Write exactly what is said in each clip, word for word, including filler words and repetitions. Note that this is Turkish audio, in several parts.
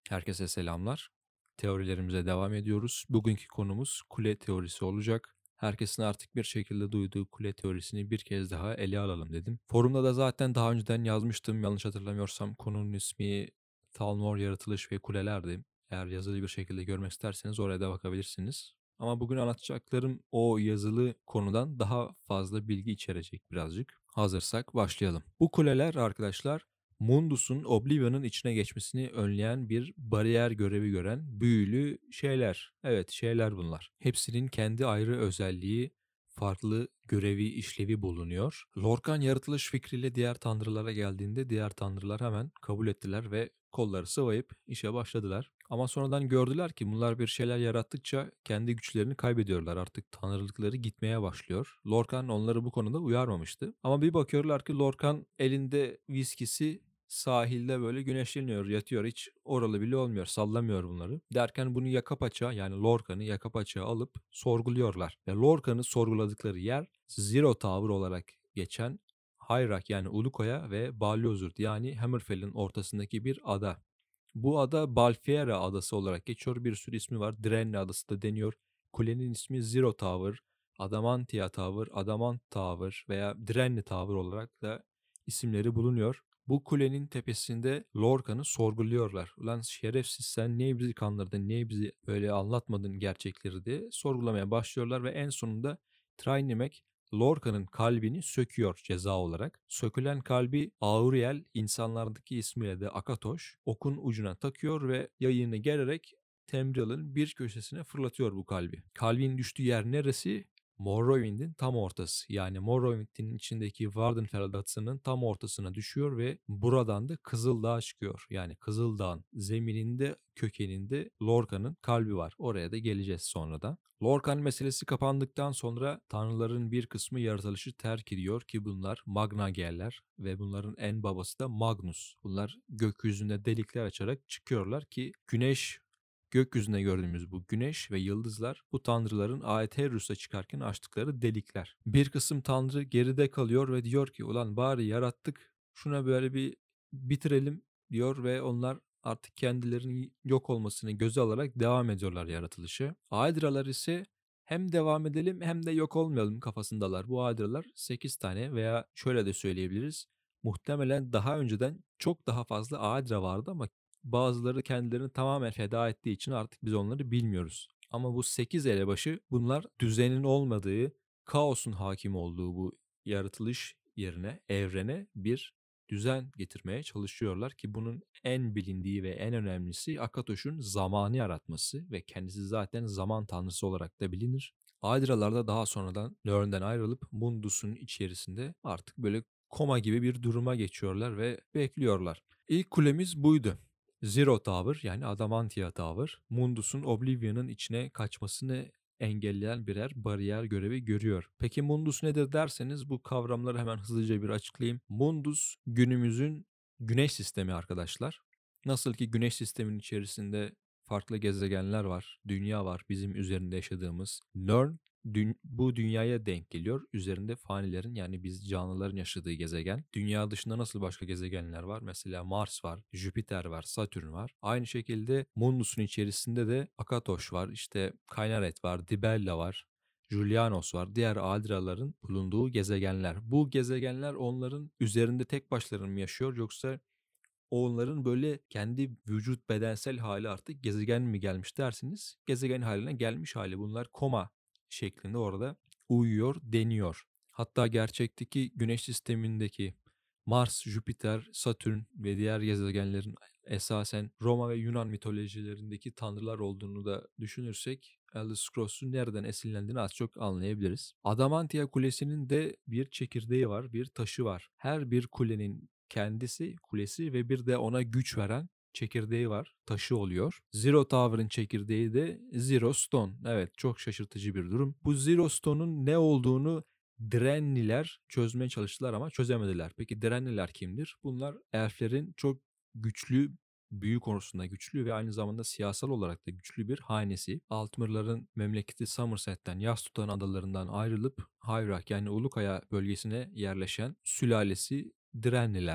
Herkese selamlar. Teorilerimize devam ediyoruz. Bugünkü konumuz kule teorisi olacak. Herkesin artık bir şekilde duyduğu kule teorisini bir kez daha ele alalım dedim. Forumda da zaten daha önceden yazmıştım. Yanlış hatırlamıyorsam konunun ismi Talmor Yaratılış ve Kulelerdi. Eğer yazılı bir şekilde görmek isterseniz oraya da bakabilirsiniz. Ama bugün anlatacaklarım o yazılı konudan daha fazla bilgi içerecek birazcık. Hazırsak başlayalım. Bu kuleler arkadaşlar Mundus'un Oblivion'ın içine geçmesini önleyen bir bariyer görevi gören büyülü şeyler. Evet, şeyler bunlar. Hepsinin kendi ayrı özelliği, farklı görevi, işlevi bulunuyor. Lorcan yaratılış fikriyle diğer tanrılara geldiğinde diğer tanrılar hemen kabul ettiler ve kolları sıvayıp işe başladılar. Ama sonradan gördüler ki bunlar bir şeyler yarattıkça kendi güçlerini kaybediyorlar. Artık tanrılıkları gitmeye başlıyor. Lorcan onları bu konuda uyarmamıştı. Ama bir bakıyorlar ki Lorcan elinde viskisi sahilde böyle güneşleniyor, yatıyor. Hiç oralı bile olmuyor, sallamıyor bunları. Derken bunu yaka paça yani Lorcan'ı yaka paça alıp sorguluyorlar. Ve Lorcan'ı sorguladıkları yer Zero Tower olarak geçen Hayrak yani Ulukoya ve Balyozurt yani Hammerfell'in ortasındaki bir ada. Bu ada Balfiera adası olarak geçiyor. Bir sürü ismi var. Drenli adası da deniyor. Kulenin ismi Zero Tower, Adamantia Tower, Adamant Tower veya Drenli Tower olarak da isimleri bulunuyor. Bu kulenin tepesinde Lorcan'ı sorguluyorlar. Ulan şerefsiz sen niye bizi kandırdın, niye bizi böyle anlatmadın gerçekleri diye sorgulamaya başlıyorlar ve en sonunda Trainemek Lorcan'ın kalbini söküyor ceza olarak. Sökülen kalbi Auriel insanlardaki ismiyle de Akatoş okun ucuna takıyor ve yayını gererek Tamriel'ın bir köşesine fırlatıyor bu kalbi. Kalbin düştüğü yer neresi? Morrowind'in tam ortası. Yani Morrowind'in içindeki Vvardenfell adasının tam ortasına düşüyor ve buradan da Kızıldağ çıkıyor. Yani Kızıldağ'ın zemininde, kökeninde Lorcan'ın kalbi var. Oraya da geleceğiz sonradan. Lorcan meselesi kapandıktan sonra tanrıların bir kısmı yaratılışı terk ediyor ki bunlar Magnagerler ve bunların en babası da Magnus. Bunlar gökyüzünde delikler açarak çıkıyorlar ki güneş gökyüzünde gördüğümüz bu güneş ve yıldızlar bu tanrıların Aeterus'a çıkarken açtıkları delikler. Bir kısım tanrı geride kalıyor ve diyor ki ulan bari yarattık şuna böyle bir bitirelim diyor ve onlar artık kendilerinin yok olmasını göze alarak devam ediyorlar yaratılışı. Hydra'lar ise hem devam edelim hem de yok olmayalım kafasındalar. Bu Hydra'lar sekiz tane veya şöyle de söyleyebiliriz. Muhtemelen daha önceden çok daha fazla Hydra vardı ama bazıları kendilerini tamamen feda ettiği için artık biz onları bilmiyoruz. Ama bu sekiz elebaşı bunlar düzenin olmadığı, kaosun hakim olduğu bu yaratılış yerine, evrene bir düzen getirmeye çalışıyorlar ki bunun en bilindiği ve en önemlisi Akatosh'un zamanı yaratması ve kendisi zaten zaman tanrısı olarak da bilinir. Hydra'lar da daha sonradan Nirn'den ayrılıp Mundus'un içerisinde artık böyle koma gibi bir duruma geçiyorlar ve bekliyorlar. İlk kulemiz buydu. Zero Tower yani Adamantia Tower, Mundus'un Oblivion'ın içine kaçmasını engelleyen birer bariyer görevi görüyor. Peki Mundus nedir derseniz bu kavramları hemen hızlıca bir açıklayayım. Mundus günümüzün güneş sistemi arkadaşlar. Nasıl ki güneş sisteminin içerisinde farklı gezegenler var, dünya var bizim üzerinde yaşadığımız. Nirn dün, bu dünyaya denk geliyor. Üzerinde fanilerin yani biz canlıların yaşadığı gezegen. Dünya dışında nasıl başka gezegenler var? Mesela Mars var, Jüpiter var, Satürn var. Aynı şekilde Mundus'un içerisinde de Akatosh var, işte Kaynaret var, Dibella var. Julianos var. Diğer Aldra'ların bulunduğu gezegenler. Bu gezegenler onların üzerinde tek başlarına mı yaşıyor yoksa onların böyle kendi vücut bedensel hali artık gezegen mi gelmiş dersiniz. Gezegen haline gelmiş hali. Bunlar koma şeklinde orada uyuyor deniyor. Hatta gerçekteki güneş sistemindeki Mars, Jüpiter, Satürn ve diğer gezegenlerin esasen Roma ve Yunan mitolojilerindeki tanrılar olduğunu da düşünürsek Elder Scrolls'un nereden esinlendiğini az çok anlayabiliriz. Adamantia Kulesi'nin de bir çekirdeği var, bir taşı var. Her bir kulenin kendisi, kulesi ve bir de ona güç veren çekirdeği var, taşı oluyor. Zero Tower'ın çekirdeği de Zero Stone. Evet, çok şaşırtıcı bir durum. Bu Zero Stone'un ne olduğunu Drenliler çözmeye çalıştılar ama çözemediler. Peki Drenliler kimdir? Bunlar elflerin çok güçlü, büyü konusunda güçlü ve aynı zamanda siyasal olarak da güçlü bir hanesi. Altmırların memleketi Somerset'ten, yas tutan adalarından ayrılıp Hayrak yani Ulukaya bölgesine yerleşen sülalesi Drenliler.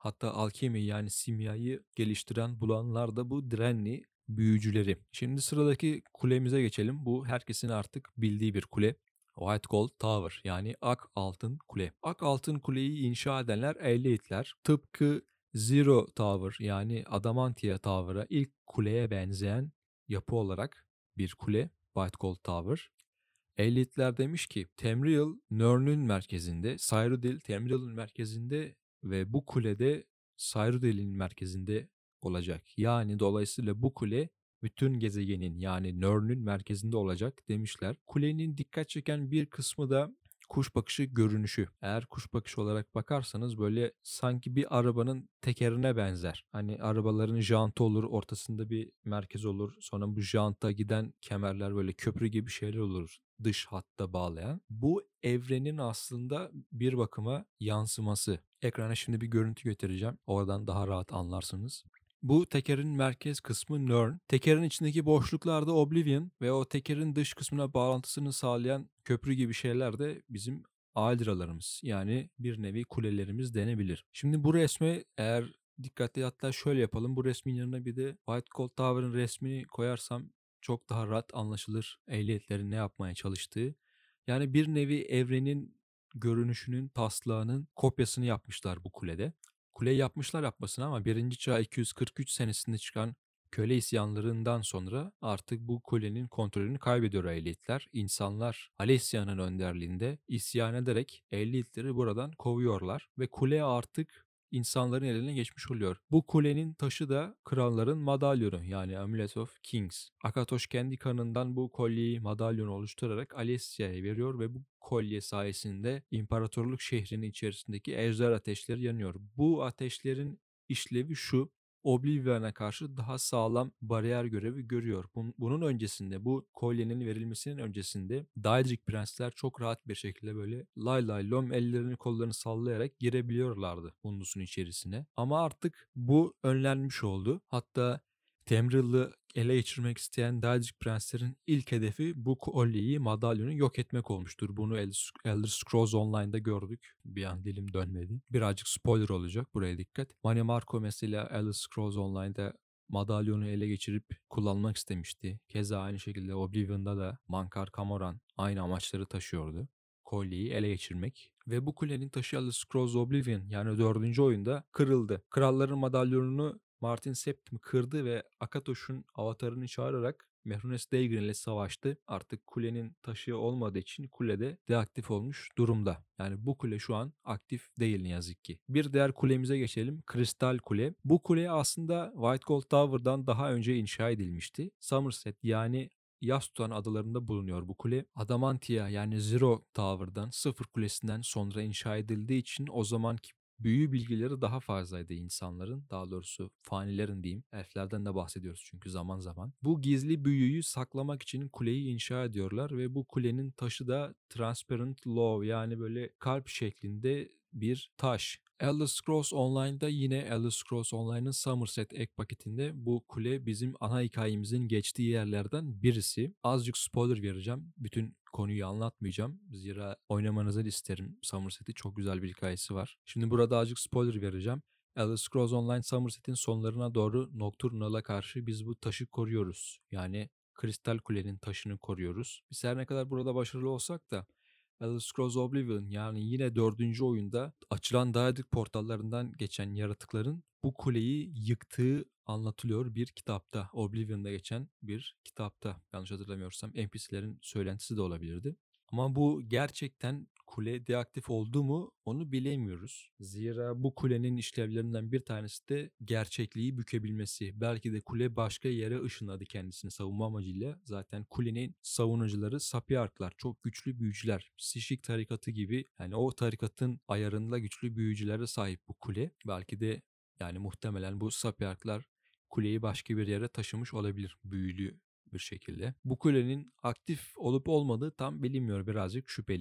Hatta alkemi yani simyayı geliştiren bulanlar da bu Drenli büyücüleri. Şimdi sıradaki kulemize geçelim. Bu herkesin artık bildiği bir kule. White Gold Tower yani Ak Altın Kule. Ak Altın Kule'yi inşa edenler Elitler. Tıpkı Zero Tower yani Adamantia Tower'a ilk kuleye benzeyen yapı olarak bir kule White Gold Tower. Elitler demiş ki Tamriel Nirn'ün merkezinde, Cyrodiil Tamriel'in merkezinde ve bu kulede Cyrodiil'in merkezinde olacak. Yani dolayısıyla bu kule bütün gezegenin yani Nirn'ün merkezinde olacak demişler. Kulenin dikkat çeken bir kısmı da kuş bakışı görünüşü. Eğer kuş bakışı olarak bakarsanız böyle sanki bir arabanın tekerine benzer. Hani arabaların jantı olur, ortasında bir merkez olur. Sonra bu janta giden kemerler böyle köprü gibi şeyler olur dış hatta bağlayan. Bu evrenin aslında bir bakıma yansıması. Ekrana şimdi bir görüntü getireceğim. Oradan daha rahat anlarsınız. Bu tekerin merkez kısmı Nirn. Tekerin içindeki boşluklarda Oblivion ve o tekerin dış kısmına bağlantısını sağlayan köprü gibi şeyler de bizim Aldra'larımız. Yani bir nevi kulelerimiz denebilir. Şimdi bu resme eğer dikkatli hatta şöyle yapalım. Bu resmin yanına bir de White Gold Tower'ın resmini koyarsam çok daha rahat anlaşılır ehliyetlerin ne yapmaya çalıştığı. Yani bir nevi evrenin görünüşünün, taslağının kopyasını yapmışlar bu kulede. Kuleyi yapmışlar yapmasına ama birinci Çağ iki yüz kırk üç senesinde çıkan köle isyanlarından sonra artık bu kulenin kontrolünü kaybediyor ehliyetler. İnsanlar Alessia'nın önderliğinde isyan ederek ehliyetleri buradan kovuyorlar ve kule artık insanların eline geçmiş oluyor. Bu kulenin taşı da kralların madalyonu yani Amulet of Kings. Akatosh kendi kanından bu kolyeyi madalyonu oluşturarak Alessia'ya veriyor ve bu kolye sayesinde imparatorluk şehrinin içerisindeki ejder ateşleri yanıyor. Bu ateşlerin işlevi şu: Oblivion'a karşı daha sağlam bariyer görevi görüyor. Bunun öncesinde bu kolyenin verilmesinin öncesinde Daedric prensler çok rahat bir şekilde böyle lay lay lom ellerini kollarını sallayarak girebiliyorlardı Mundus'un içerisine. Ama artık bu önlenmiş oldu. Hatta Tamriel'ı ele geçirmek isteyen Daedric prenslerin ilk hedefi bu kolyeyi, madalyonu yok etmek olmuştur. Bunu Elder Scrolls Online'da gördük. Bir an dilim dönmedi. Birazcık spoiler olacak, buraya dikkat. Mani Marco mesela Elder Scrolls Online'da madalyonu ele geçirip kullanmak istemişti. Keza aynı şekilde Oblivion'da da Mankar Camoran aynı amaçları taşıyordu. Kolyeyi ele geçirmek. Ve bu kulenin taşı Elder Scrolls Oblivion yani dördüncü oyunda kırıldı. Kralların madalyonunu Martin Septim kırdı ve Akatosh'un avatarını çağırarak Mehrunes Dagon ile savaştı. Artık kulenin taşı olmadığı için kulede deaktif olmuş durumda. Yani bu kule şu an aktif değil ne yazık ki. Bir diğer kulemize geçelim. Kristal Kule. Bu kule aslında White Gold Tower'dan daha önce inşa edilmişti. Somerset yani yas tutan adalarında bulunuyor bu kule. Adamantia yani Zero Tower'dan, Sıfır Kulesi'nden sonra inşa edildiği için o zamanki büyü bilgileri daha fazlaydı insanların, daha doğrusu fanilerin diyeyim. Elflerden de bahsediyoruz çünkü zaman zaman. Bu gizli büyüyü saklamak için kuleyi inşa ediyorlar ve bu kulenin taşı da Transparent Law yani böyle kalp şeklinde bir taş. Elder Scrolls Online'da yine Elder Scrolls Online'ın Somerset ek paketinde bu kule bizim ana hikayemizin geçtiği yerlerden birisi. Azıcık spoiler vereceğim. Bütün konuyu anlatmayacağım. Zira oynamanızı isterim. Somerset'i çok güzel bir hikayesi var. Şimdi burada azıcık spoiler vereceğim. Elder Scrolls Online Somerset'in sonlarına doğru Nocturnal'a karşı biz bu taşı koruyoruz. Yani Kristal Kule'nin taşını koruyoruz. Biz her ne kadar burada başarılı olsak da Elder Scrolls Oblivion yani yine dördüncü oyunda açılan Daedric portallarından geçen yaratıkların bu kuleyi yıktığı anlatılıyor bir kitapta. Oblivion'da geçen bir kitapta. Yanlış hatırlamıyorsam N P C'lerin söylentisi de olabilirdi. Ama bu gerçekten kule deaktif oldu mu onu bilemiyoruz. Zira bu kulenin işlevlerinden bir tanesi de gerçekliği bükebilmesi. Belki de kule başka yere ışınladı kendisini savunma amacıyla. Zaten kulenin savunucuları Sapiarklar, çok güçlü büyücüler. Sişik tarikatı gibi yani o tarikatın ayarında güçlü büyücülere sahip bu kule. Belki de yani muhtemelen bu Sapiarklar kuleyi başka bir yere taşımış olabilir büyülü bir şekilde. Bu kulenin aktif olup olmadığı tam bilinmiyor, birazcık şüpheli.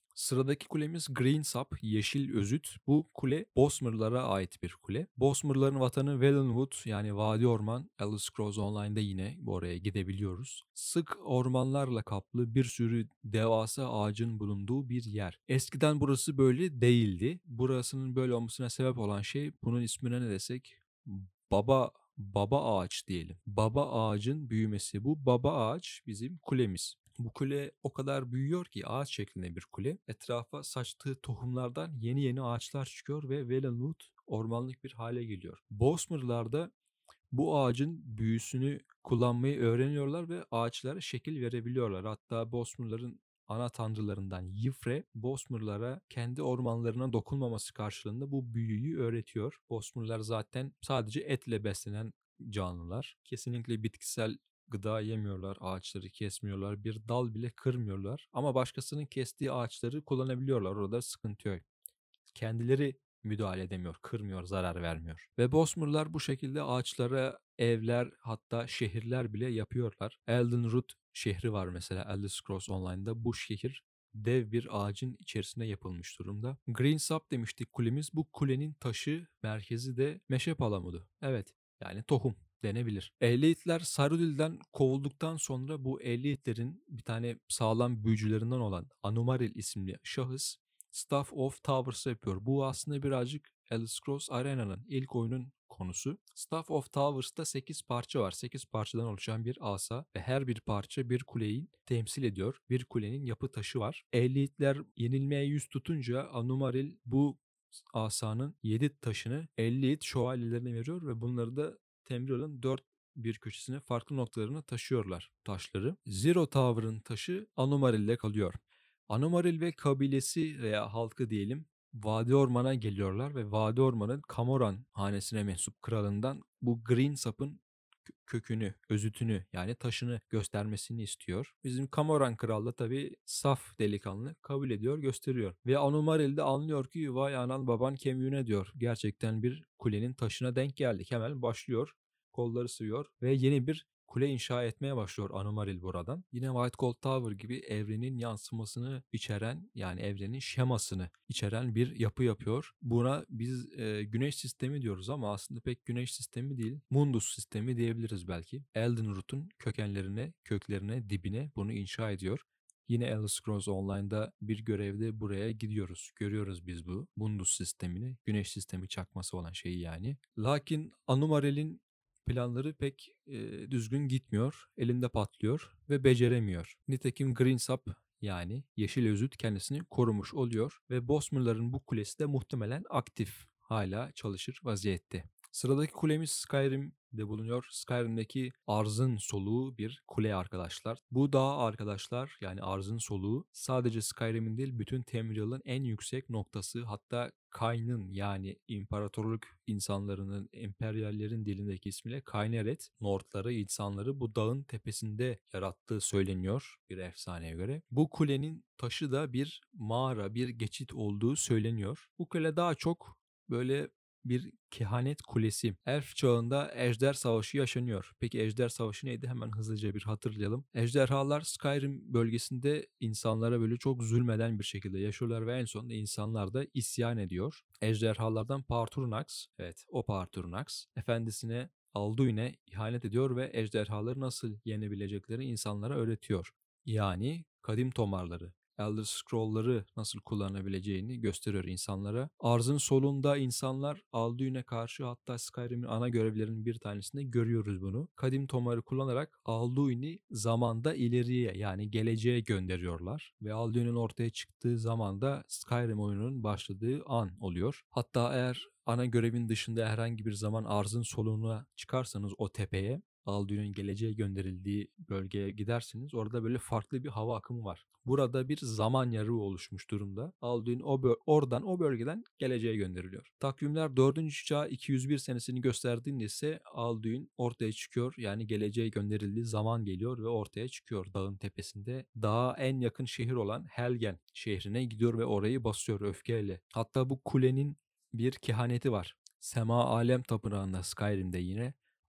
Sıradaki kulemiz Greensap, Yeşil Özüt. Bu kule Bosmer'lara ait bir kule. Bosmer'ların vatanı Valenwood yani Vadi Orman. Elder Scrolls Online'da yine oraya gidebiliyoruz. Sık ormanlarla kaplı bir sürü devasa ağacın bulunduğu bir yer. Eskiden burası böyle değildi. Burasının böyle olmasına sebep olan şey, bunun ismine ne desek, baba baba ağaç diyelim. Baba ağacın büyümesi. Bu baba ağaç bizim kulemiz. Bu kule o kadar büyüyor ki ağaç şeklinde bir kule. Etrafa saçtığı tohumlardan yeni yeni ağaçlar çıkıyor ve Valenwood ormanlık bir hale geliyor. Bosmer'larda bu ağacın büyüsünü kullanmayı öğreniyorlar ve ağaçlara şekil verebiliyorlar. Hatta Bosmer'ların ana tanrılarından Y'ffre, Bosmer'lara kendi ormanlarına dokunmaması karşılığında bu büyüyü öğretiyor. Bosmer'lar zaten sadece etle beslenen canlılar. Kesinlikle bitkisel gıda yemiyorlar, ağaçları kesmiyorlar, bir dal bile kırmıyorlar. Ama başkasının kestiği ağaçları kullanabiliyorlar. Orada sıkıntı yok. Kendileri müdahale edemiyor, kırmıyor, zarar vermiyor. Ve Bosmer'lar bu şekilde ağaçlara evler, hatta şehirler bile yapıyorlar. Eldenroot şehri var mesela Elder Scrolls Online'da. Bu şehir dev bir ağacın içerisine yapılmış durumda. Greensap demiştik kulemiz. Bu kulenin taşı, merkezi de meşe palamudu. Evet, yani tohum denebilir. Ehliyetler Sarudil'den kovulduktan sonra bu ehliyetlerin bir tane sağlam büyücülerinden olan Anumaril isimli şahıs Staff of Towers yapıyor. Bu aslında birazcık Elder Scrolls Arena'nın ilk oyunun konusu. Staff of Towers'ta sekiz parça var. sekiz parçadan oluşan bir asa ve her bir parça bir kuleyi temsil ediyor. Bir kulenin yapı taşı var. Ehliyetler yenilmeye yüz tutunca Anumaril bu asanın yedi taşını Elliyet şövalyelerine veriyor ve bunları da Tamriel'ın dört bir köşesine, farklı noktalarına taşıyorlar taşları. Zero Tower'ın taşı Anumaril'de kalıyor. Anomaril ve kabilesi veya halkı diyelim Vadi Orman'a geliyorlar ve Vadi Orman'ın Kamoran hanesine mensup kralından bu Green Sap'ın kökünü, özütünü yani taşını göstermesini istiyor. Bizim Kamoran kral da tabii saf delikanlı kabul ediyor, gösteriyor. Ve Anomaril de anlıyor ki vay anan baban kemiğine diyor. Gerçekten bir kulenin taşına denk geldik. Hemen başlıyor, kolları sıvıyor ve yeni bir kule inşa etmeye başlıyor Anomaril buradan. Yine White Gold Tower gibi evrenin yansımasını içeren, yani evrenin şemasını içeren bir yapı yapıyor. Buna biz e, güneş sistemi diyoruz ama aslında pek güneş sistemi değil, Mundus sistemi diyebiliriz belki. Eldenroot'un kökenlerine, köklerine, dibine bunu inşa ediyor. Yine Elder Scrolls Online'da bir görevde buraya gidiyoruz. Görüyoruz biz bu Mundus sistemini, güneş sistemi çakması olan şeyi yani. Lakin Anomaril'in planları pek e, düzgün gitmiyor, elinde patlıyor ve beceremiyor. Nitekim Greensap yani Yeşil Özüt kendisini korumuş oluyor ve Bosmer'ların bu kulesi de muhtemelen aktif, hala çalışır vaziyette. Sıradaki kulemiz Skyrim'de bulunuyor. Skyrim'deki arzın soluğu bir kule arkadaşlar. Bu dağ arkadaşlar, yani arzın soluğu, sadece Skyrim'in değil bütün Tamriel'ın en yüksek noktası, hatta Kain'in yani imparatorluk insanlarının, emperyallerin dilindeki ismiyle Kaineret, Nordları, insanları bu dağın tepesinde yarattığı söyleniyor bir efsaneye göre. Bu kulenin taşı da bir mağara, bir geçit olduğu söyleniyor. Bu kule daha çok böyle bir kehanet kulesi. Elf çağında Ejder Savaşı yaşanıyor. Peki Ejder Savaşı neydi? Hemen hızlıca bir hatırlayalım. Ejderhalar Skyrim bölgesinde insanlara böyle çok zulmeden bir şekilde yaşıyorlar ve en sonunda insanlar da isyan ediyor. Ejderhalardan Parturnax, evet o Parturnax, efendisine Alduin'e ihanet ediyor ve ejderhaları nasıl yenebilecekleri insanlara öğretiyor. Yani kadim tomarları, Elder Scroll'ları nasıl kullanabileceğini gösteriyor insanlara. Arzın solunda insanlar Alduin'e karşı, hatta Skyrim'in ana görevlerinin bir tanesinde görüyoruz bunu. Kadim tomarı kullanarak Alduin'i zamanda ileriye, yani geleceğe gönderiyorlar. Ve Alduin'in ortaya çıktığı zaman da Skyrim oyununun başladığı an oluyor. Hatta eğer ana görevin dışında herhangi bir zaman arzın soluna çıkarsanız o tepeye, Alduin'in geleceğe gönderildiği bölgeye gidersiniz. Orada böyle farklı bir hava akımı var. Burada bir zaman yarığı oluşmuş durumda. Alduin o böl- oradan, o bölgeden geleceğe gönderiliyor. Takvimler dördüncü çağ iki yüz bir senesini gösterdiğinde ise Alduin ortaya çıkıyor. Yani geleceğe gönderildiği zaman geliyor ve ortaya çıkıyor dağın tepesinde. Dağa en yakın şehir olan Helgen şehrine gidiyor ve orayı basıyor öfkeyle. Hatta bu kulenin bir kehaneti var. Sema Alem Tapınağı'nda, Skyrim'de yine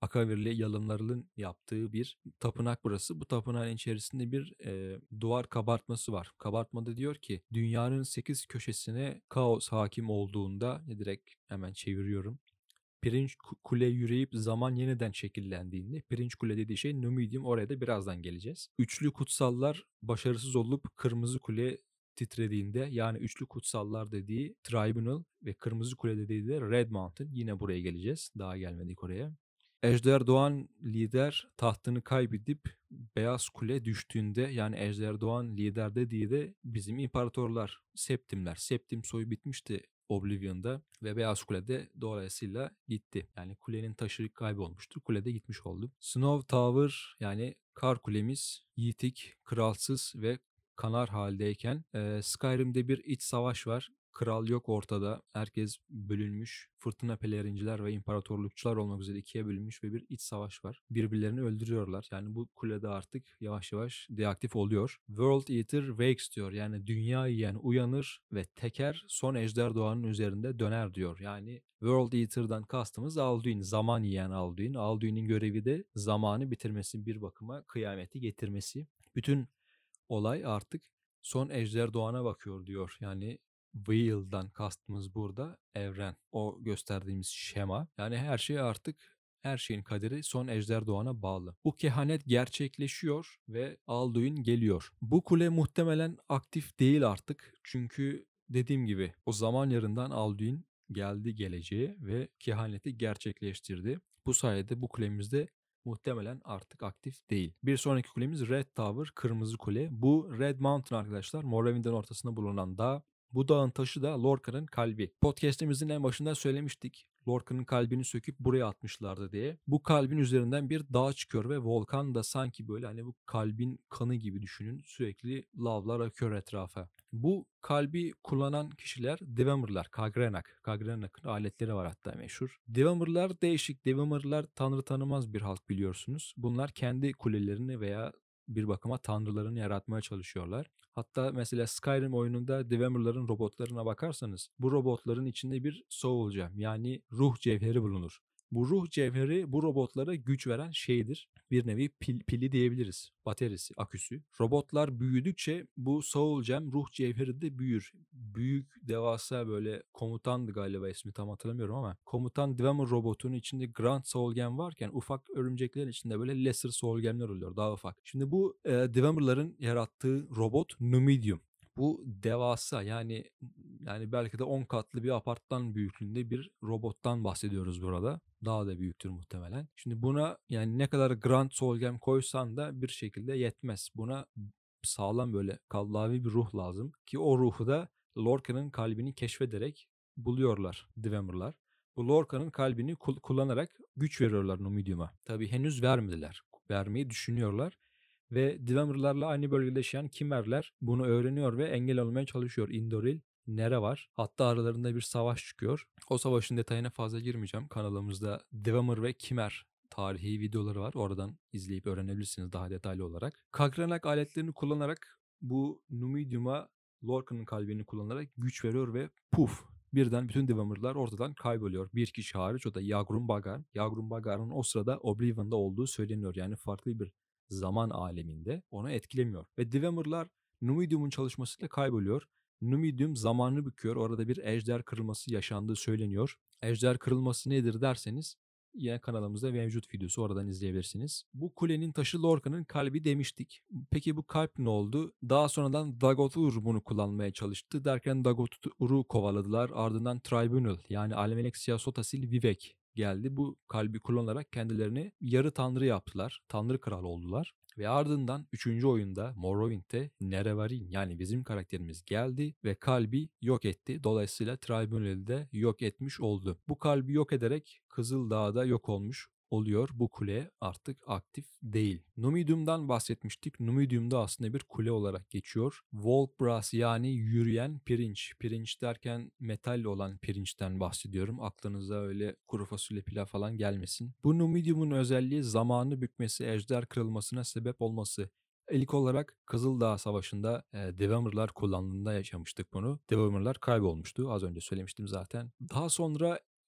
Akavirli Yalınları'nın yaptığı bir tapınak burası. Bu tapınağın içerisinde bir e, duvar kabartması var. Kabartmada diyor ki dünyanın sekiz köşesine kaos hakim olduğunda, ya direkt hemen çeviriyorum. Pirinç kule yürüyüp zaman yeniden şekillendiğinde, pirinç kule dediği şey Numidium, oraya da birazdan geleceğiz. Üçlü kutsallar başarısız olup kırmızı kule titrediğinde, yani üçlü kutsallar dediği Tribunal ve kırmızı kule dediği de Red Mountain, yine buraya geleceğiz. Daha gelmedik oraya. Ejder Doğan lider tahtını kaybedip Beyaz Kule düştüğünde, yani Ejder Doğan lider dediği de bizim imparatorlar, Septimler. Septim soyu bitmişti Oblivion'da ve Beyaz Kule'de dolayısıyla gitti. Yani kulenin taşı kaybolmuştu. Kule de gitmiş oldu. Snow Tower, yani kar kulemiz yitik, kralsız ve kanar haldeyken e, Skyrim'de bir iç savaş var. Kral yok ortada. Herkes bölünmüş. Fırtına pelerinciler ve imparatorlukçular olmak üzere ikiye bölünmüş ve bir iç savaş var. Birbirlerini öldürüyorlar. Yani bu kulede artık yavaş yavaş deaktif oluyor. World Eater wakes diyor. Yani dünya yiyen uyanır ve teker son ejder doğanın üzerinde döner diyor. Yani World Eater'dan kastımız Alduin. Zaman yiyen Alduin. Alduin'in görevi de zamanı bitirmesi, bir bakıma kıyameti getirmesi. Bütün olay artık son ejder doğana bakıyor diyor. Yani Wheel'dan kastımız burada evren. O gösterdiğimiz şema. Yani her şey artık, her şeyin kaderi son ejder doğana bağlı. Bu kehanet gerçekleşiyor ve Alduin geliyor. Bu kule muhtemelen aktif değil artık. Çünkü dediğim gibi o zaman yarından Alduin geldi geleceğe ve kehaneti gerçekleştirdi. Bu sayede bu kulemizde muhtemelen artık aktif değil. Bir sonraki kulemiz Red Tower, Kırmızı Kule. Bu Red Mountain arkadaşlar. Morrowind'in ortasında bulunan dağ. Bu dağın taşı da Lorca'nın kalbi. Podcast'imizin en başında söylemiştik. Lorca'nın kalbini söküp buraya atmışlardı diye. Bu kalbin üzerinden bir dağ çıkıyor ve volkan da sanki böyle, hani bu kalbin kanı gibi düşünün. Sürekli lavlar akıyor etrafa. Bu kalbi kullanan kişiler Dwemer'lar, Kagrenak. Kagrenak'ın aletleri var hatta meşhur. Dwemer'lar değişik. Dwemer'lar tanrı tanımaz bir halk biliyorsunuz. Bunlar kendi kulelerini veya bir bakıma tanrılarını yaratmaya çalışıyorlar. Hatta mesela Skyrim oyununda Dwemer'ların robotlarına bakarsanız bu robotların içinde bir soul gem, yani ruh cevheri bulunur. Bu ruh cevheri bu robotlara güç veren şeydir. Bir nevi pil, pili diyebiliriz. Bataryası, aküsü. Robotlar büyüdükçe bu soul gem, ruh cevheri de büyür. Büyük, devasa, böyle komutandı galiba, ismi tam hatırlamıyorum ama komutan Dwemer robotunun içinde Grand Soul Gem varken ufak örümceklerin içinde böyle Lesser Soul Gem'ler oluyor, daha ufak. Şimdi bu e, Dwemer'ların yarattığı robot Numidium. Bu devasa, yani yani belki de on katlı bir apartman büyüklüğünde bir robottan bahsediyoruz burada. Daha da büyüktür muhtemelen. Şimdi buna yani ne kadar Grand Soul Gem koysan da bir şekilde yetmez. Buna sağlam, böyle kallavi bir ruh lazım ki o ruhu da Lorca'nın kalbini keşfederek buluyorlar Dwemer'lar. Bu Lorca'nın kalbini kul- kullanarak güç veriyorlar Numidium'a. Tabii henüz vermediler. Vermeyi düşünüyorlar. Ve Dwemer'larla aynı bölgede yaşayan Kimmerler bunu öğreniyor ve engel olmaya çalışıyor. Indoril, Nere var. Hatta aralarında bir savaş çıkıyor. O savaşın detayına fazla girmeyeceğim. Kanalımızda Dwemer ve Kimmer tarihi videoları var. Oradan izleyip öğrenebilirsiniz daha detaylı olarak. Kagrenak aletlerini kullanarak bu Numidium'a Lorca'nın kalbini kullanarak güç veriyor ve puf, birden bütün Dwemer'lar ortadan kayboluyor. Bir kişi hariç, o da Yagrum Bagar. Yagrum Bagar'ın o sırada Oblivion'da olduğu söyleniyor. Yani farklı bir zaman aleminde onu etkilemiyor. Ve Dwemer'lar Numidium'un çalışmasıyla kayboluyor. Numidium zamanını büküyor. Orada bir ejder kırılması yaşandığı söyleniyor. Ejder kırılması nedir derseniz yine kanalımızda mevcut videosu, oradan izleyebilirsiniz. Bu kulenin taşı Lorca'nın kalbi demiştik. Peki bu kalp ne oldu? Daha sonradan Dagoth-ur bunu kullanmaya çalıştı. Derken Dagoth-ur'u kovaladılar. Ardından Tribunal, yani Almalexia Sotasil Vivek geldi. Bu kalbi kullanarak kendilerini yarı tanrı yaptılar. Tanrı kral oldular. Ve ardından üçüncü oyunda Morrowind'de Nerevarin, yani bizim karakterimiz geldi ve kalbi yok etti. Dolayısıyla Tribunal'i de yok etmiş oldu. Bu kalbi yok ederek Kızıldağ'da yok olmuş oluyor. Bu kule artık aktif değil. Numidium'dan bahsetmiştik. Numidium'da aslında bir kule olarak geçiyor. Volkbrass, yani yürüyen pirinç. Pirinç derken metal olan pirinçten bahsediyorum. Aklınıza öyle kuru fasulye pilav falan gelmesin. Bu Numidium'un özelliği zamanı bükmesi, ejder kırılmasına sebep olması. İlk olarak Kızıldağ Savaşı'nda e, Dwemer'lar kullandığında yaşamıştık bunu. Dwemer'lar kaybolmuştu. Az önce söylemiştim zaten. Daha sonra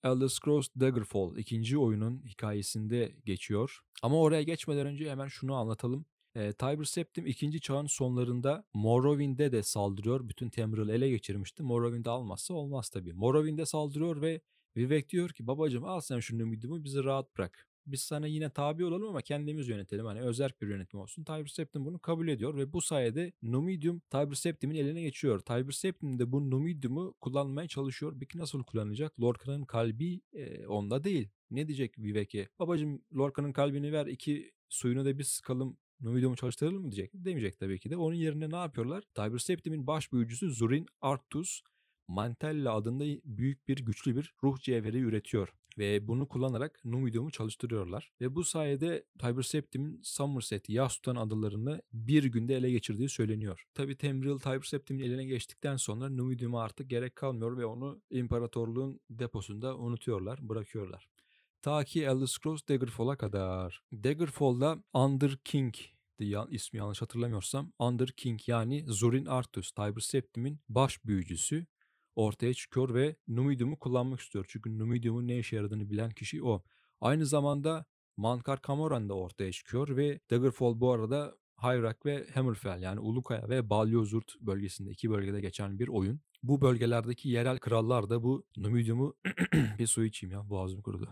Elder Scrolls Daggerfall ikinci oyunun hikayesinde geçiyor. Ama oraya geçmeden önce hemen şunu anlatalım. E, Tiber Septim ikinci çağın sonlarında Morrowind'e de saldırıyor. Bütün Tamriel'ı ele geçirmişti. Morrowind'i almazsa olmaz tabii. Morrowind'e saldırıyor ve Vivek diyor ki babacım al sen şu Numidium'u bizi rahat bırak. Biz sana yine tabi olalım ama kendimiz yönetelim. Hani özerk bir yönetim olsun. Tiber Septim bunu kabul ediyor ve bu sayede Numidium Tiber Septim'in eline geçiyor. Tiber Septim de bu Numidium'u kullanmaya çalışıyor. Peki nasıl kullanacak? Lorca'nın kalbi e, onda değil. Ne diyecek Vivek'e? Babacım Lorca'nın kalbini ver, iki suyunu da biz sıkalım, Numidium'u çalıştıralım mı diyecek. Demeyecek tabii ki de. Onun yerine ne yapıyorlar? Tiber Septim'in baş büyücüsü Zurin Arctus Mantella adında büyük bir güçlü bir ruh cevheri üretiyor. Ve bunu kullanarak Numidium'u çalıştırıyorlar. Ve bu sayede Tiber Septim'in Somerset, Yasutan adalarını bir günde ele geçirdiği söyleniyor. Tabi Tamriel Tiber Septim'in eline geçtikten sonra Numidium'a artık gerek kalmıyor ve onu imparatorluğun deposunda unutuyorlar, bırakıyorlar. Ta ki Elder Scrolls Daggerfall'a kadar. Daggerfall'da Under King diye ismi yanlış hatırlamıyorsam Under King yani Zorin Arctus, Tiber Septim'in baş büyücüsü ortaya çıkıyor ve Numidium'u kullanmak istiyor. Çünkü Numidium'un ne işe yaradığını bilen kişi o. Aynı zamanda Mankar Camoran da ortaya çıkıyor ve Daggerfall bu arada Hayrak ve Hammerfell yani Ulukaya ve Balyozurt bölgesinde iki bölgede geçen bir oyun. Bu bölgelerdeki yerel krallar da bu Numidium'u bir su içeyim ya boğazım kurudu.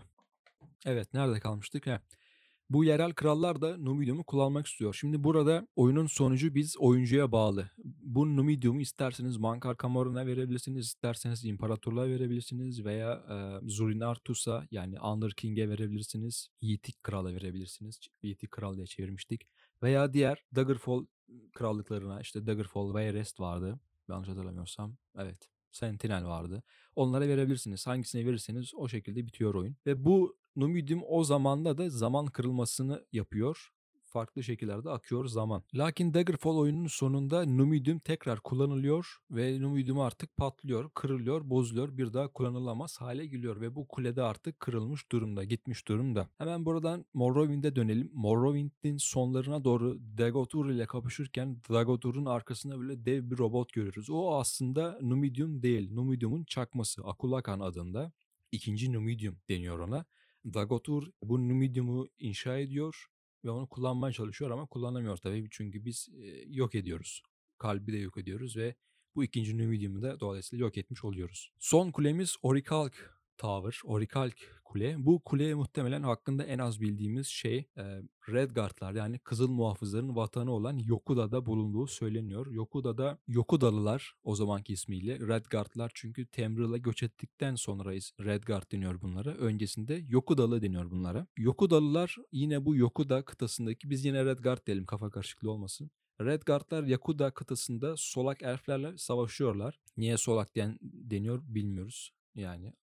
Evet, nerede kalmıştık? Heh. Bu yerel krallar da Numidium'u kullanmak istiyor. Şimdi burada oyunun sonucu biz oyuncuya bağlı. Bu Numidium'u isterseniz Mankar Camoran'a verebilirsiniz, isterseniz İmparatorluğa verebilirsiniz veya e, Zurin Artus'a yani Under King'e verebilirsiniz. Yiğitik Kral'a verebilirsiniz. Yiğitik Kral diye çevirmiştik. Veya diğer Daggerfall krallıklarına işte Daggerfall ve Rest vardı. Yanlış hatırlamıyorsam. Evet. Sentinel vardı. Onlara verebilirsiniz. Hangisine verirseniz o şekilde bitiyor oyun. Ve bu Numidium o zamanda da zaman kırılmasını yapıyor. Farklı şekillerde akıyor zaman. Lakin Daggerfall oyunun sonunda Numidium tekrar kullanılıyor ve Numidium artık patlıyor, kırılıyor, bozuluyor. Bir daha kullanılamaz hale geliyor ve bu kulede artık kırılmış durumda, gitmiş durumda. Hemen buradan Morrowind'e dönelim. Morrowind'in sonlarına doğru Dagotur ile kapışırken Dagotur'un arkasında böyle dev bir robot görüyoruz. O aslında Numidium değil, Numidium'un çakması Akulakan adında. İkinci Numidium deniyor ona. Dagotur bu Numidium'u inşa ediyor ve onu kullanmaya çalışıyor ama kullanamıyor tabii çünkü biz e, yok ediyoruz. Kalbi de yok ediyoruz ve bu ikinci Numidium'u da dolayısıyla yok etmiş oluyoruz. Son kulemiz Orichalc Tower, Orichalc Kule. Bu kule muhtemelen hakkında en az bildiğimiz şey e, Redguardlar yani Kızıl Muhafızların vatanı olan Yokuda'da bulunduğu söyleniyor. Yokuda'da Yokudalılar o zamanki ismiyle Redguardlar çünkü Tamriel'a göç ettikten sonra Redguard deniyor bunlara. Öncesinde Yokudalı deniyor bunlara. Yokudalılar yine bu Yokuda kıtasındaki biz yine Redguard diyelim kafa karışıklığı olmasın. Redguardlar Yakuda kıtasında solak elflerle savaşıyorlar. Niye solak den deniyor bilmiyoruz. Yani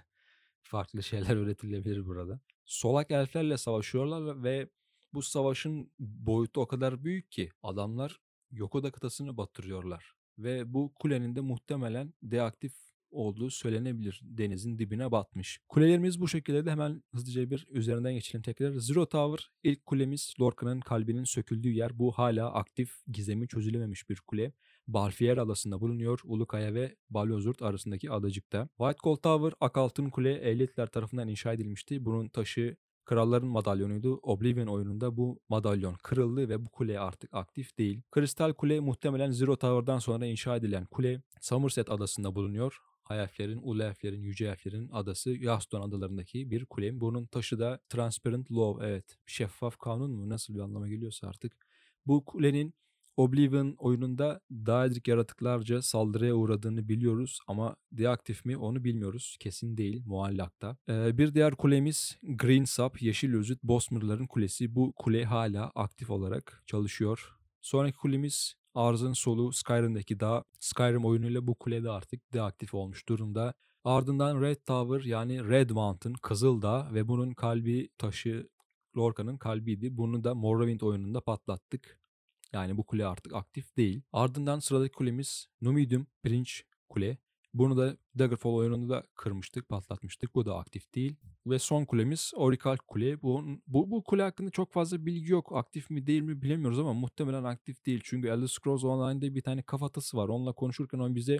farklı şeyler üretilebilir burada. Solak elflerle savaşıyorlar ve bu savaşın boyutu o kadar büyük ki adamlar Yokuda kıtasını batırıyorlar. Ve bu kulenin de muhtemelen deaktif olduğu söylenebilir. Denizin dibine batmış. Kulelerimiz bu şekilde de hemen hızlıca bir üzerinden geçelim tekrar. Zero Tower ilk kulemiz Lorca'nın kalbinin söküldüğü yer. Bu hala aktif, gizemi çözülememiş bir kule. Balfier adasında bulunuyor. Ulukaya ve Balyozurt arasındaki adacıkta. White Gold Tower, Akaltın Kule Elitler tarafından inşa edilmişti. Bunun taşı Kralların madalyonuydu. Oblivion oyununda bu madalyon kırıldı ve bu kule artık aktif değil. Kristal Kule muhtemelen Zero Tower'dan sonra inşa edilen kule Somerset adasında bulunuyor. High Elflerin, Ulu Elflerin, Yüce Elflerin adası Yaston adalarındaki bir kule. Bunun taşı da Transparent Law, evet şeffaf kanun mu nasıl bir anlama geliyorsa artık. Bu kulenin Oblivion oyununda Daedric yaratıklarca saldırıya uğradığını biliyoruz ama deaktif mi onu bilmiyoruz. Kesin değil, muallakta. Ee, bir diğer kulemiz Green Sap, Yeşil Özüt, Bosmer'ların kulesi. Bu kule hala aktif olarak çalışıyor. Sonraki kulemiz Arz'ın solu Skyrim'deki dağ. Skyrim oyunuyla bu kule de artık deaktif olmuş durumda. Ardından Red Tower yani Red Mountain, Kızıl Dağ ve bunun kalbi taşı Lorca'nın kalbiydi. Bunu da Morrowind oyununda patlattık. Yani bu kule artık aktif değil. Ardından sıradaki kulemiz Numidium Pirinç Kule. Bunu da Daggerfall oyununda da kırmıştık, patlatmıştık. Bu da aktif değil. Ve son kulemiz Orichalc Kule. Bu, bu, bu kule hakkında çok fazla bilgi yok. Aktif mi değil mi bilemiyoruz ama muhtemelen aktif değil. Çünkü Elder Scrolls Online'da bir tane kafatası var. Onunla konuşurken o bize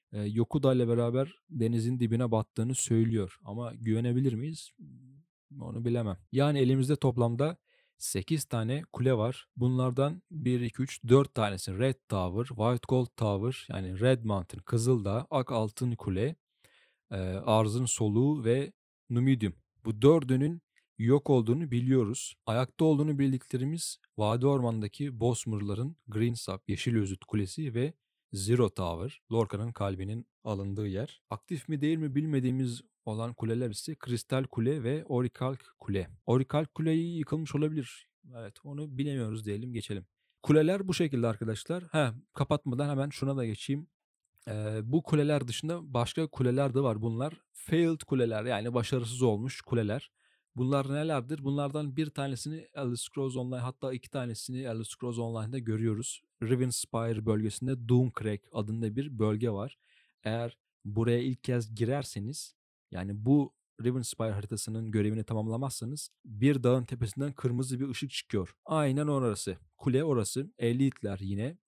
Eee, Yokuda ile beraber denizin dibine battığını söylüyor ama güvenebilir miyiz? Imm, onu bilemem. Yani elimizde toplamda sekiz tane kule var. Bunlardan bir, iki, üç, dört tanesi Red Tower, White Gold Tower yani Red Mountain, Kızıldağ, Ak Altın Kule, eee, Arzın Soluğu ve Numidium. Bu dördünün yok olduğunu biliyoruz. Ayakta olduğunu bildiklerimiz Vadi Orman'daki Bosmer'ların Green Sap, Yeşil Özüt Kulesi ve Zero Tower, Lorca'nın kalbinin alındığı yer. Aktif mi değil mi bilmediğimiz olan kuleler ise Kristal Kule ve Orikalk Kule. Orikalk Kule'yi yıkılmış olabilir. Evet, onu bilemiyoruz diyelim, geçelim. Kuleler bu şekilde arkadaşlar. Heh, kapatmadan hemen şuna da geçeyim. Eee, bu kuleler dışında başka kuleler de var. Bunlar failed kuleler yani başarısız olmuş kuleler. Bunlar nelerdir? Bunlardan bir tanesini Elder Scrolls Online, hatta iki tanesini Elder Scrolls Online'da görüyoruz. Rivenspire bölgesinde Doomcrag adında bir bölge var. Eğer buraya ilk kez girerseniz, yani bu Rivenspire haritasının görevini tamamlamazsanız bir dağın tepesinden kırmızı bir ışık çıkıyor. Aynen orası. Kule orası. Elite'ler yine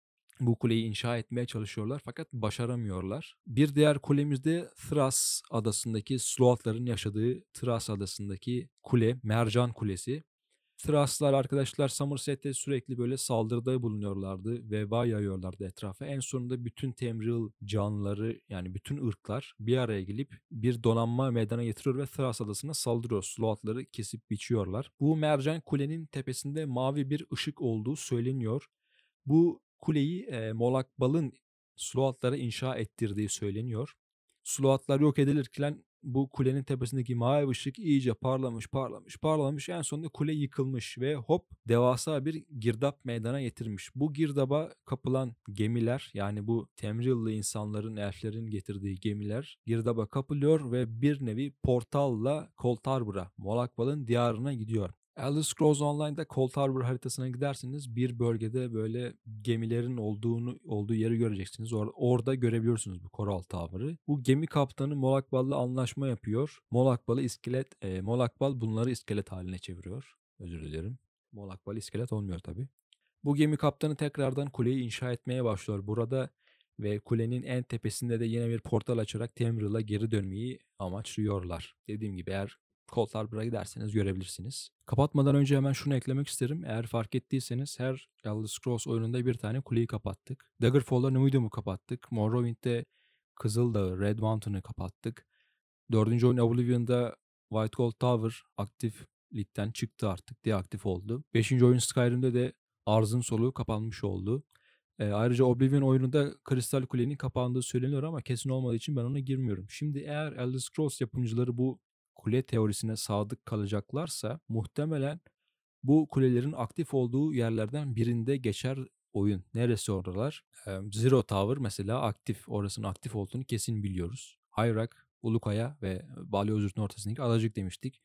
bu kuleyi inşa etmeye çalışıyorlar fakat başaramıyorlar. Bir diğer kulemiz de Thras adasındaki Sloth'ların yaşadığı Thras adasındaki kule, Mercan Kulesi. Thras'lar arkadaşlar Somerset'te sürekli böyle saldırıda bulunuyorlardı. Veba yayıyorlardı etrafa. En sonunda bütün Tamriel canlıları, yani bütün ırklar bir araya gelip bir donanma meydana getiriyor ve Thras adasına saldırıyor. Sloth'ları kesip biçiyorlar. Bu Mercan Kule'nin tepesinde mavi bir ışık olduğu söyleniyor. Bu kuleyi eee, Molak Bal'ın Sloatlara inşa ettirdiği söyleniyor. Sloatlar yok edilirken bu kulenin tepesindeki mavi ışık iyice parlamış, parlamış, parlamış. En sonunda kule yıkılmış ve hop devasa bir girdap meydana getirmiş. Bu girdaba kapılan gemiler, yani bu Temril'li insanların, elflerin getirdiği gemiler girdaba kapılıyor ve bir nevi portalla Cold Harbour'a, Molak Bal'ın diyarına gidiyor. Elder Scrolls Online'da Cold Harbor haritasına giderseniz bir bölgede böyle gemilerin olduğunu olduğu yeri göreceksiniz. Or- orada görebiliyorsunuz bu Coral Tower'ı. Bu gemi kaptanı Molakbal'la anlaşma yapıyor. Molakbal'ı iskelet, e, Molakbal bunları iskelet haline çeviriyor. Özür dilerim. Molakbal iskelet olmuyor tabii. Bu gemi kaptanı tekrardan kuleyi inşa etmeye başlıyor burada ve kulenin en tepesinde de yine bir portal açarak Tamriel'a geri dönmeyi amaçlıyorlar. Dediğim gibi eğer Cold Harbour'a giderseniz görebilirsiniz. Kapatmadan önce hemen şunu eklemek isterim. Eğer fark ettiyseniz her Elder Scrolls oyununda bir tane kuleyi kapattık. Daggerfall'da Numidium'u kapattık. Morrowind'de Kızıldağ'ı, Red Mountain'ı kapattık. Dördüncü oyun Oblivion'da White Gold Tower aktif ligden çıktı, artık deaktif oldu. Beşinci oyun Skyrim'de de Arzın Soluğu kapanmış oldu. Eee, ayrıca Oblivion oyununda Kristal Kule'nin kapandığı söyleniyor ama kesin olmadığı için ben ona girmiyorum. Şimdi eğer Elder Scrolls yapımcıları bu kule teorisine sadık kalacaklarsa muhtemelen bu kulelerin aktif olduğu yerlerden birinde geçer oyun. Neresi oralar? Eee, Zero Tower mesela aktif. Orasının aktif olduğunu kesin biliyoruz. Hayrak, Ulukaya ve Balyozurt'un ortasındaki adacık demiştik.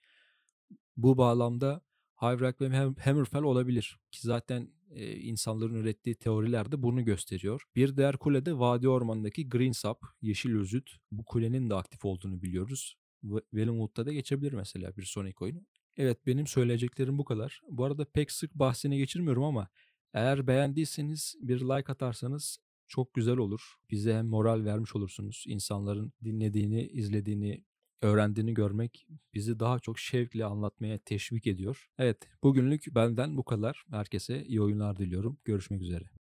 Bu bağlamda Hayrak ve Hem- Hammerfell olabilir ki zaten e, insanların ürettiği teoriler de bunu gösteriyor. Bir diğer kule de Vadi Ormanı'ndaki Green Sap, Yeşil Özüt. Bu kulenin de aktif olduğunu biliyoruz. Ve- Valenwood'da da geçebilir mesela bir sonraki oyun. Evet, benim söyleyeceklerim bu kadar. Bu arada pek sık bahsine geçirmiyorum ama eğer beğendiyseniz bir like atarsanız çok güzel olur. Bize hem moral vermiş olursunuz. İnsanların dinlediğini, izlediğini, öğrendiğini görmek bizi daha çok şevkle anlatmaya teşvik ediyor. Evet, bugünlük benden bu kadar. Herkese iyi oyunlar diliyorum. Görüşmek üzere.